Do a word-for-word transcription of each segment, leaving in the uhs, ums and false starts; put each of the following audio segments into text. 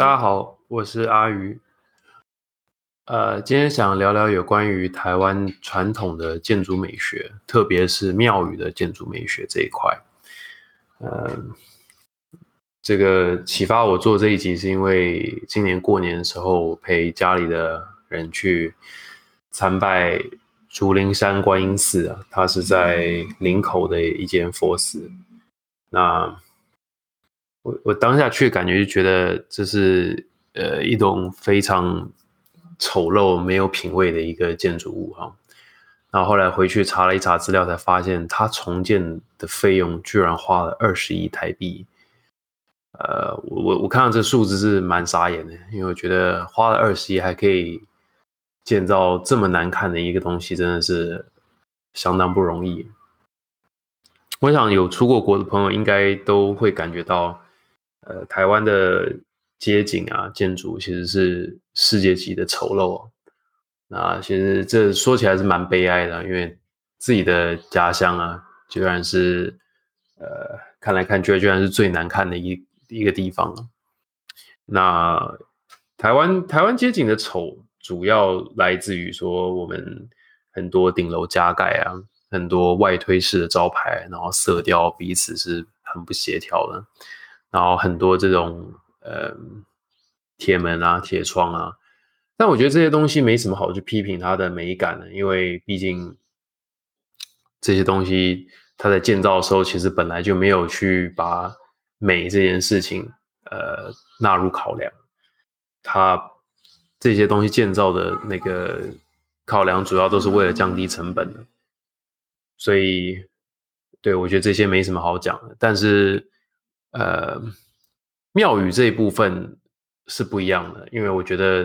大家好，我是阿鱼。呃，今天想聊聊有关于台湾传统的建筑美学，特别是庙宇的建筑美学这一块。呃，这个启发我做这一集，是因为今年过年的时候陪家里的人去参拜竹林山观音寺啊，它是在林口的一间佛寺。那我我当下去的感觉就觉得这是呃一种非常丑陋、没有品味的一个建筑物哈。然后后来回去查了一查资料，才发现它重建的费用居然花了二十亿台币。呃，我我我看到这数字是蛮傻眼的，因为我觉得花了二十亿还可以建造这么难看的一个东西，真的是相当不容易。我想有出过国的朋友应该都会感觉到，呃，台湾的街景啊、建筑其实是世界级的丑陋哦。那其实这说起来是蛮悲哀的，因为自己的家乡啊，居然是呃看来看去居然是最难看的一一个地方啊。那台湾台湾街景的丑，主要来自于说我们很多顶楼加盖啊，很多外推式的招牌，然后色调彼此是很不协调的，然后很多这种呃铁门啊、铁窗啊，但我觉得这些东西没什么好去批评它的美感的，因为毕竟这些东西它在建造的时候，其实本来就没有去把美这件事情呃纳入考量。它这些东西建造的那个考量，主要都是为了降低成本的，所以对我觉得这些没什么好讲的。但是呃，庙宇这一部分是不一样的，因为我觉得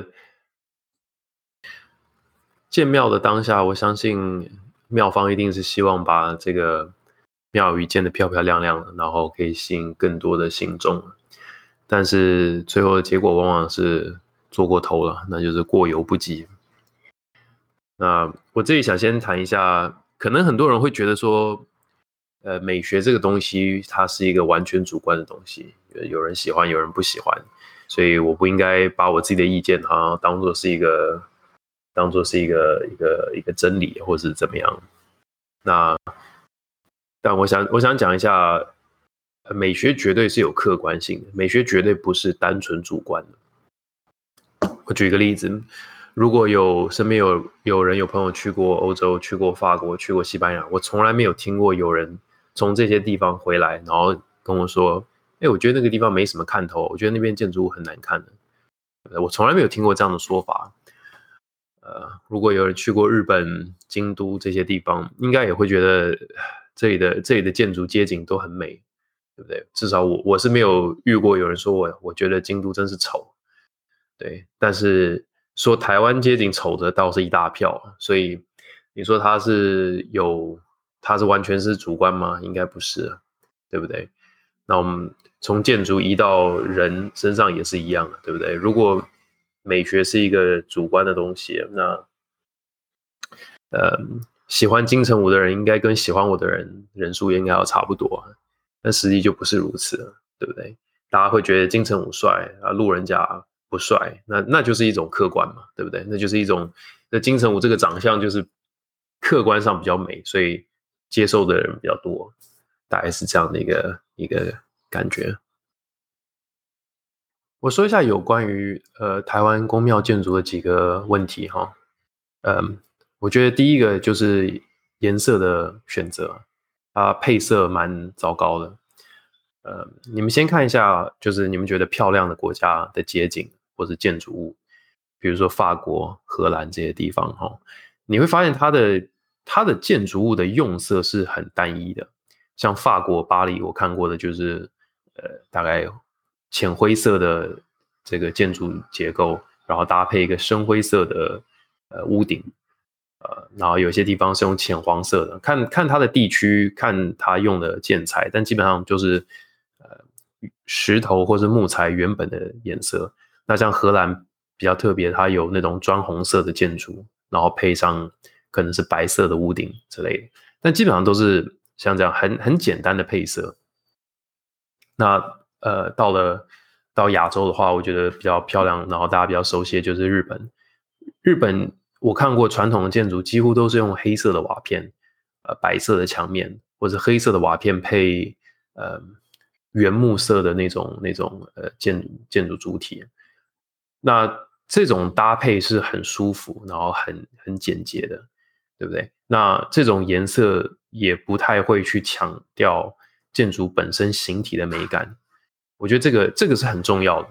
建庙的当下，我相信庙方一定是希望把这个庙宇建得漂漂亮亮的，然后可以吸引更多的信众。但是最后的结果往往是做过头了，那就是过犹不及。那我这里想先谈一下，可能很多人会觉得说，呃，美学这个东西它是一个完全主观的东西，有人喜欢，有人不喜欢，所以我不应该把我自己的意见好像当做是一个，当做是一个一个一个真理，或是怎么样。那但我想我想讲一下，美学绝对是有客观性的，美学绝对不是单纯主观的。我举一个例子，如果有身边有有人有朋友去过欧洲，去过法国，去过西班牙，我从来没有听过有人从这些地方回来，然后跟我说：“哎，我觉得那个地方没什么看头，我觉得那边建筑物很难看的。”我从来没有听过这样的说法。呃，如果有人去过日本、京都这些地方，应该也会觉得这里的这里的建筑街景都很美，对不对？至少我我是没有遇过有人说我我觉得京都真是丑。对，但是说台湾街景丑的倒是一大票，所以你说它是有，它是完全是主观吗？应该不是，对不对？那我们从建筑移到人身上也是一样的，对不对？如果美学是一个主观的东西，那呃，喜欢金城武的人应该跟喜欢我的人人数应该要差不多，但实际就不是如此了，对不对？大家会觉得金城武帅啊，路人甲不帅，那那就是一种客观嘛，对不对？那就是一种，那金城武这个长相就是客观上比较美，所以接受的人比较多，大概是这样的一个一个感觉。我说一下有关于呃台湾宫庙建筑的几个问题哈。嗯，我觉得第一个就是颜色的选择，它配色蛮糟糕的。呃，你们先看一下，就是你们觉得漂亮的国家的街景或是建筑物，比如说法国、荷兰这些地方哈，你会发现它的它的建筑物的用色是很单一的。像法国巴黎，我看过的就是呃大概浅灰色的这个建筑结构，然后搭配一个深灰色的呃屋顶，呃，然后有些地方是用浅黄色的，看看它的地区，看它用的建材，但基本上就是呃石头或是木材原本的颜色。那像荷兰比较特别，它有那种砖红色的建筑，然后配上可能是白色的屋顶之类的，但基本上都是像这样很很简单的配色。那呃，到了到亚洲的话，我觉得比较漂亮，然后大家比较熟悉的就是日本。日本我看过传统的建筑，几乎都是用黑色的瓦片，呃，白色的墙面，或者黑色的瓦片配呃原木色的那种那种呃建建筑主体。那这种搭配是很舒服，然后很很简洁的，对不对？那这种颜色也不太会去强调建筑本身形体的美感，我觉得这个这个是很重要的。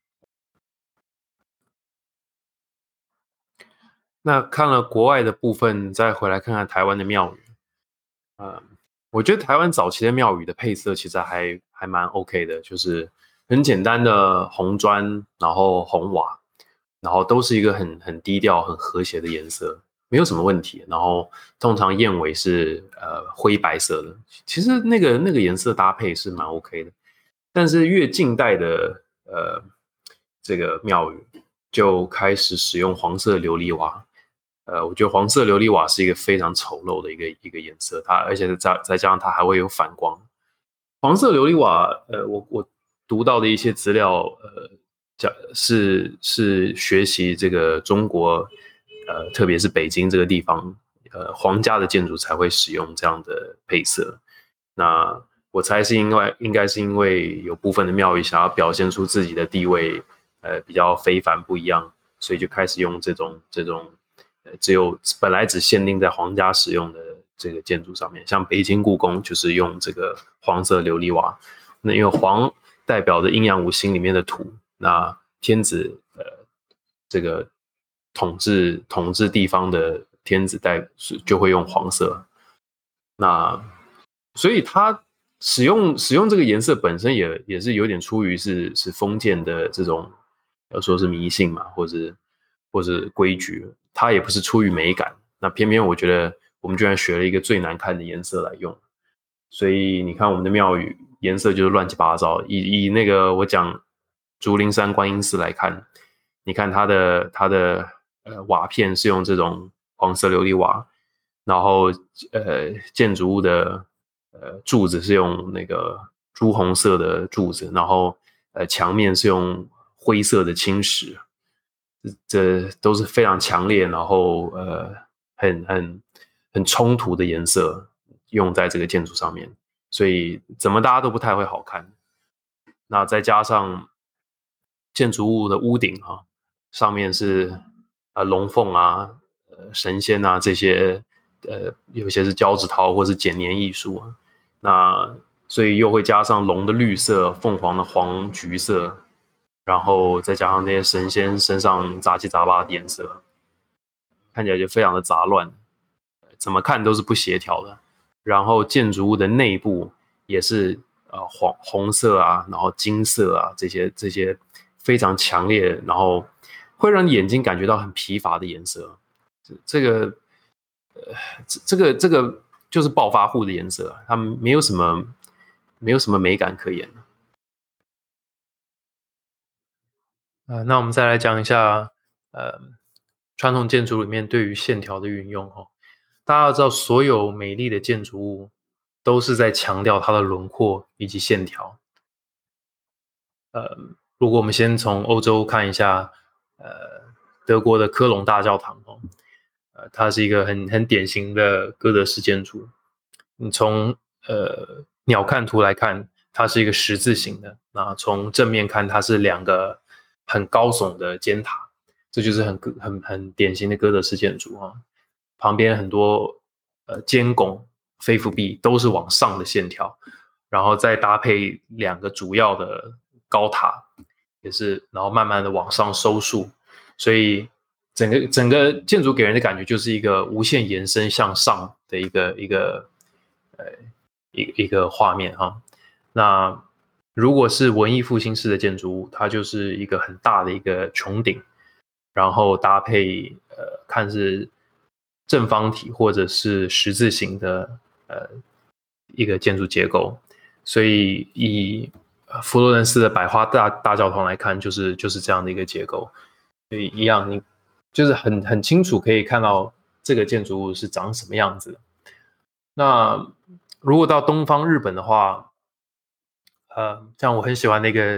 那看了国外的部分，再回来看看台湾的庙宇，呃，我觉得台湾早期的庙宇的配色其实还还蛮 OK 的，就是很简单的红砖，然后红瓦，然后都是一个很很低调、很和谐的颜色，没有什么问题。然后通常燕尾是呃灰白色的，其实那个那个颜色搭配是蛮 OK 的。但是越近代的呃这个庙宇就开始使用黄色琉璃瓦，呃，我觉得黄色琉璃瓦是一个非常丑陋的一个一个颜色，它而且再再加上它还会有反光。黄色琉璃瓦，呃，我我读到的一些资料，呃，讲是是学习这个中国，呃，特别是北京这个地方，呃，皇家的建筑才会使用这样的配色。那我猜是因为应该是因为有部分的庙宇想要表现出自己的地位，呃，比较非凡不一样，所以就开始用这种这种，呃，只有本来只限定在皇家使用的这个建筑上面，像北京故宫就是用这个黄色琉璃瓦，那因为黄代表着阴阳五行里面的土，那天子呃这个统治统治地方的天子代就会用黄色，那所以它使用使用这个颜色本身也也是有点出于是是封建的这种，要说是迷信嘛，或者或者规矩，它也不是出于美感。那偏偏我觉得我们居然学了一个最难看的颜色来用，所以你看我们的庙宇颜色就是乱七八糟。以以那个我讲竹林山观音寺来看，你看它的它的呃瓦片是用这种黄色琉璃瓦，然后呃建筑物的呃柱子是用那个朱红色的柱子，然后呃墙面是用灰色的青石，这都是非常强烈，然后呃很很很冲突的颜色用在这个建筑上面，所以怎么大家都不太会好看。那再加上建筑物的屋顶啊，上面是呃龙凤啊、呃神仙啊这些，呃有些是胶纸陶或是剪黏艺术啊，那所以又会加上龙的绿色、凤凰的黄橘色，然后再加上那些神仙身上杂七杂八的颜色，看起来就非常的杂乱，怎么看都是不协调的。然后建筑物的内部也是呃黄红色啊，然后金色啊这些这些非常强烈，然后会让眼睛感觉到很疲乏的颜色。这这个呃这这个这个就是暴发户的颜色，它没有什么没有什么美感可言。呃，那我们再来讲一下，呃，传统建筑里面对于线条的运用哦。大家要知道，所有美丽的建筑物都是在强调它的轮廓以及线条。呃，如果我们先从欧洲看一下，呃，德国的科隆大教堂哦，呃，它是一个很很典型的哥德式建筑。你从呃鸟瞰图来看，它是一个十字形的；那从正面看，它是两个很高耸的尖塔，这就是很很很典型的哥德式建筑啊。旁边很多呃尖拱、飞扶壁都是往上的线条，然后再搭配两个主要的高塔，也是然后慢慢的往上收束，所以整个整个建筑给人的感觉就是一个无限延伸向上的一个一个呃一一个画面哈。那如果是文艺复兴式的建筑物，它就是一个很大的一个穹顶，然后搭配呃看是正方体或者是十字形的呃一个建筑结构，所以以呃佛罗伦斯的百花大大教堂来看，就是就是这样的一个结构，所以一样你就是很很清楚可以看到这个建筑物是长什么样子的。那如果到东方日本的话，呃，像我很喜欢那个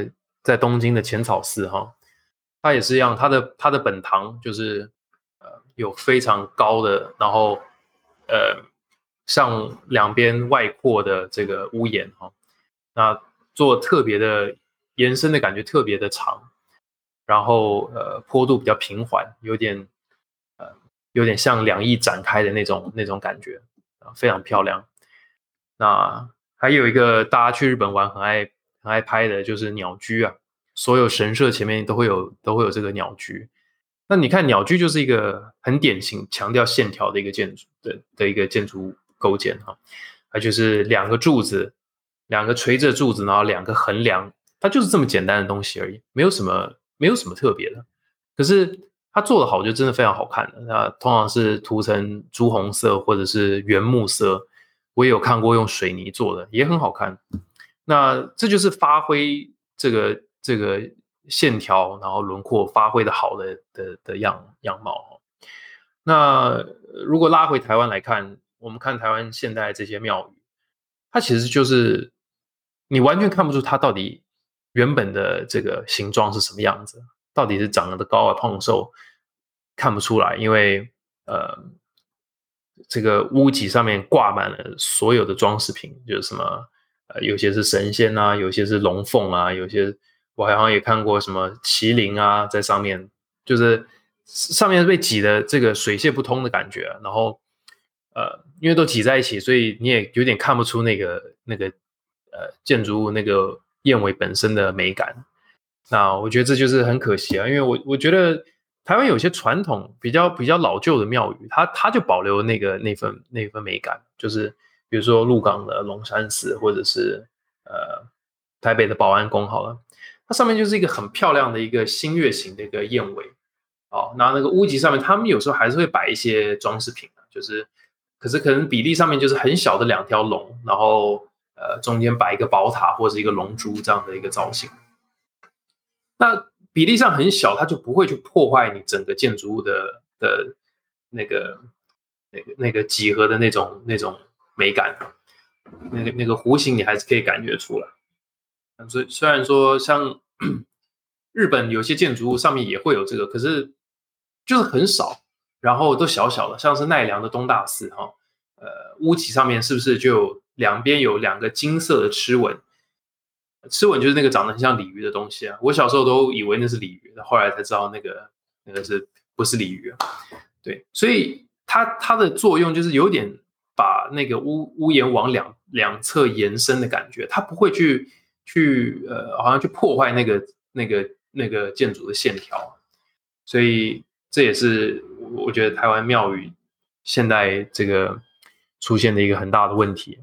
在东京的浅草寺哈，它也是一样，它的它的本堂就是呃有非常高的，然后呃向两边外扩的这个屋檐哈，那做特别的延伸的感觉特别的长，然后呃坡度比较平缓，有点呃有点像两翼展开的那种那种感觉啊，非常漂亮。那还有一个大家去日本玩很爱很爱拍的就是鸟居啊，所有神社前面都会有都会有这个鸟居。那你看鸟居就是一个很典型强调线条的一个建筑的的一个建筑物构建哈，它就是两个柱子，两个垂着柱子，然后两个横梁，它就是这么简单的东西而已，没有什么没有什么特别的。可是它做的好就真的非常好看的，那通常是涂成朱红色或者是原木色，我也有看过用水泥做的，也很好看。那这就是发挥这个这个线条，然后轮廓发挥的好的的的样样貌。那如果拉回台湾来看，我们看台湾现代这些庙宇，它其实就是你完全看不出它到底原本的这个形状是什么样子，到底是长得高啊胖瘦，看不出来，因为呃这个屋脊上面挂满了所有的装饰品，就是什么呃有些是神仙啊，有些是龙凤啊，有些我好像也看过什么麒麟啊在上面，就是上面被挤的这个水泄不通的感觉啊，然后呃因为都挤在一起，所以你也有点看不出那个那个呃建筑物那个燕尾本身的美感。那我觉得这就是很可惜啊，因为我我觉得台湾有些传统比较比较老旧的庙宇，它它就保留那个那份那份美感，就是比如说鹿港的龙山寺，或者是呃台北的保安宫好了，它上面就是一个很漂亮的一个新月形的一个燕尾，哦，那那个屋脊上面，他们有时候还是会摆一些装饰品，就是可是可能比例上面就是很小的两条龙，然后呃中间摆一个宝塔或者一个龙珠这样的一个造型。那比例上很小，它就不会去破坏你整个建筑物的的那个那个那个几何的那种那种美感，那个那个弧形你还是可以感觉出来。所以虽然说像日本有些建筑物上面也会有这个，可是就是很少，然后都小小的，像是奈良的东大寺哈，呃，屋脊上面是不是就有两边有两个金色的螭吻？螭吻就是那个长得很像鲤鱼的东西啊，我小时候都以为那是鲤鱼，后来才知道那个那个是不是鲤鱼啊？对，所以它它的作用就是有点把那个屋屋檐往两两侧延伸的感觉，它不会去去呃，好像去破坏那个那个那个建筑的线条，所以这也是我觉得台湾庙宇现在这个出现的一个很大的问题。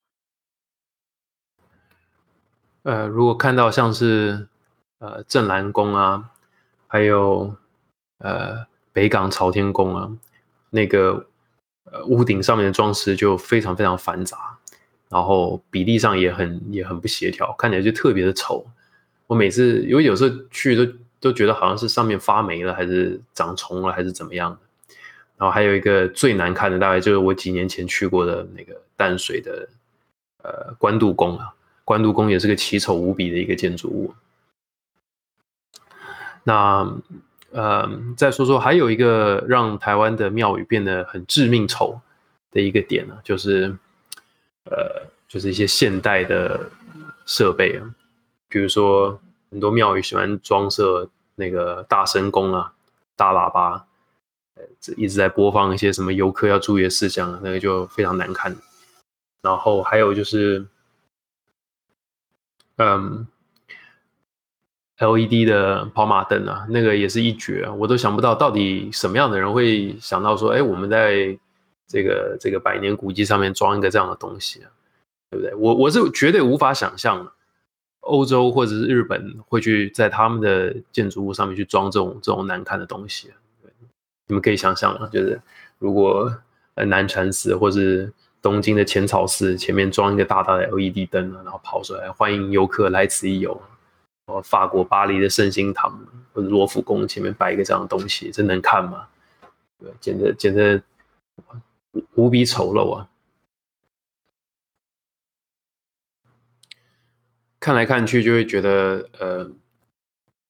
呃，如果看到像是呃镇澜宫啊，还有呃北港朝天宫啊，那个呃屋顶上面的装饰就非常非常繁杂，然后比例上也很也很不协调，看起来就特别的丑。我每次因为有时候去都都觉得好像是上面发霉了，还是长虫了，还是怎么样的。然后还有一个最难看的，大概就是我几年前去过的那个淡水的呃关渡宫啊。关渡宫也是个奇丑无比的一个建筑物。那呃，再说说还有一个让台湾的庙宇变得很致命丑的一个点呢，就是呃，就是一些现代的设备啊，比如说很多庙宇喜欢装设那个大声公啊、大喇叭，呃，一直在播放一些什么游客要注意的事项啊，那个就非常难看。然后还有就是。嗯，L E D 的跑马灯啊，那个也是一绝啊，我都想不到到底什么样的人会想到说，哎，我们在这个这个百年古迹上面装一个这样的东西啊，对不对？我我是绝对无法想象欧洲或者是日本会去在他们的建筑物上面去装这种这种难看的东西啊。你们可以想象吗？就是如果呃南禅寺或是东京的浅草寺前面装一个大大的 L E D 灯啊，然后跑出来欢迎游客来此一游。哦，法国巴黎的圣心堂或者罗浮宫前面摆一个这样的东西，这能看吗？对，简直简直无比丑陋啊！看来看去就会觉得，呃，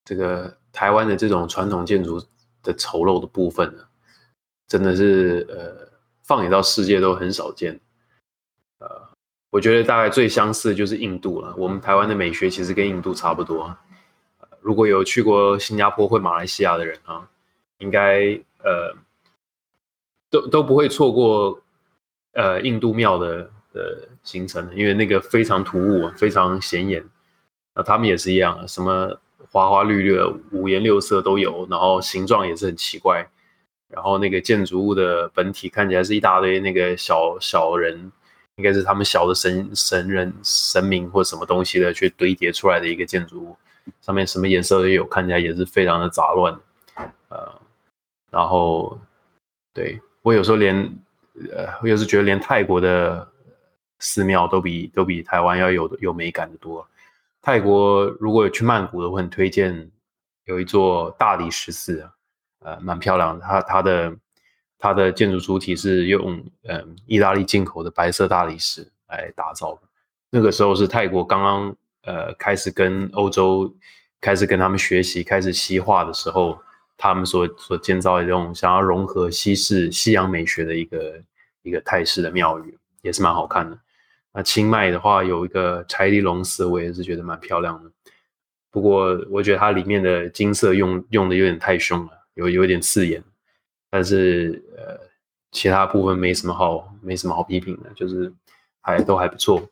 这个台湾的这种传统建筑的丑陋的部分呢，真的是呃放眼到世界都很少见。呃，我觉得大概最相似的就是印度了。我们台湾的美学其实跟印度差不多。呃、如果有去过新加坡或马来西亚的人啊，应该呃都都不会错过呃印度庙的的行程，因为那个非常突兀，非常显眼。那他们也是一样，什么花花绿绿、五颜六色都有，然后形状也是很奇怪。然后那个建筑物的本体看起来是一大堆那个小小人，应该是他们小的神神人、神明或什么东西的去堆叠出来的一个建筑物，上面什么颜色都有，看起来也是非常的杂乱。呃，然后对我有时候连呃，我有时觉得连泰国的寺庙都比都比台湾要有有美感的多。泰国如果有去曼谷的，我很推荐有一座大理石寺啊，呃，蛮漂亮的。它它的它的建筑主体是用嗯、呃、意大利进口的白色大理石来打造的。那个时候是泰国刚刚呃开始跟欧洲开始跟他们学习，开始西化的时候，他们所所建造的这种想要融合西式西洋美学的一个一个泰式的庙宇，也是蛮好看的。那清迈的话有一个柴里龙寺，我也是觉得蛮漂亮的。不过我觉得它里面的金色用用的有点太凶了，有有点刺眼。但是呃，其他部分没什么好没什么好批评的，就是还都还不错。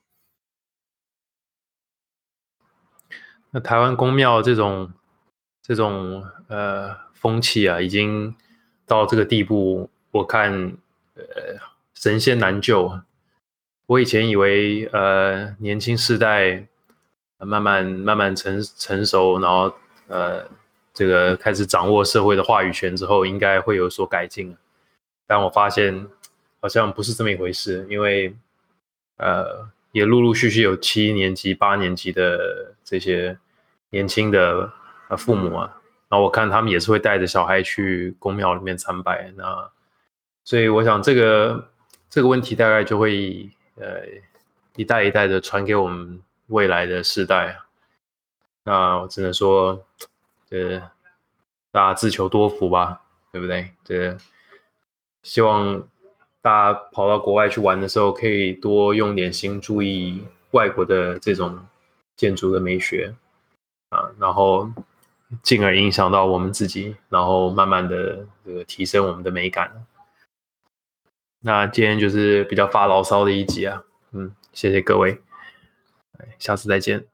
那台湾宫庙这种这种呃风气啊，已经到这个地步，我看呃神仙难救。我以前以为呃年轻世代慢慢慢慢成成熟，然后呃这个开始掌握社会的话语权之后，应该会有所改进。但我发现好像不是这么一回事，因为呃也陆陆续续有七年级、八年级的这些年轻的呃父母啊，然后我看他们也是会带着小孩去宫庙里面参拜。那所以我想这个这个问题大概就会呃一代一代的传给我们未来的世代。那我只能说，呃，大家自求多福吧，对不对？这希望大家跑到国外去玩的时候，可以多用点心，注意外国的这种建筑的美学啊，然后进而影响到我们自己，然后慢慢的这个提升我们的美感。那今天就是比较发牢骚的一集啊，嗯，谢谢各位，下次再见。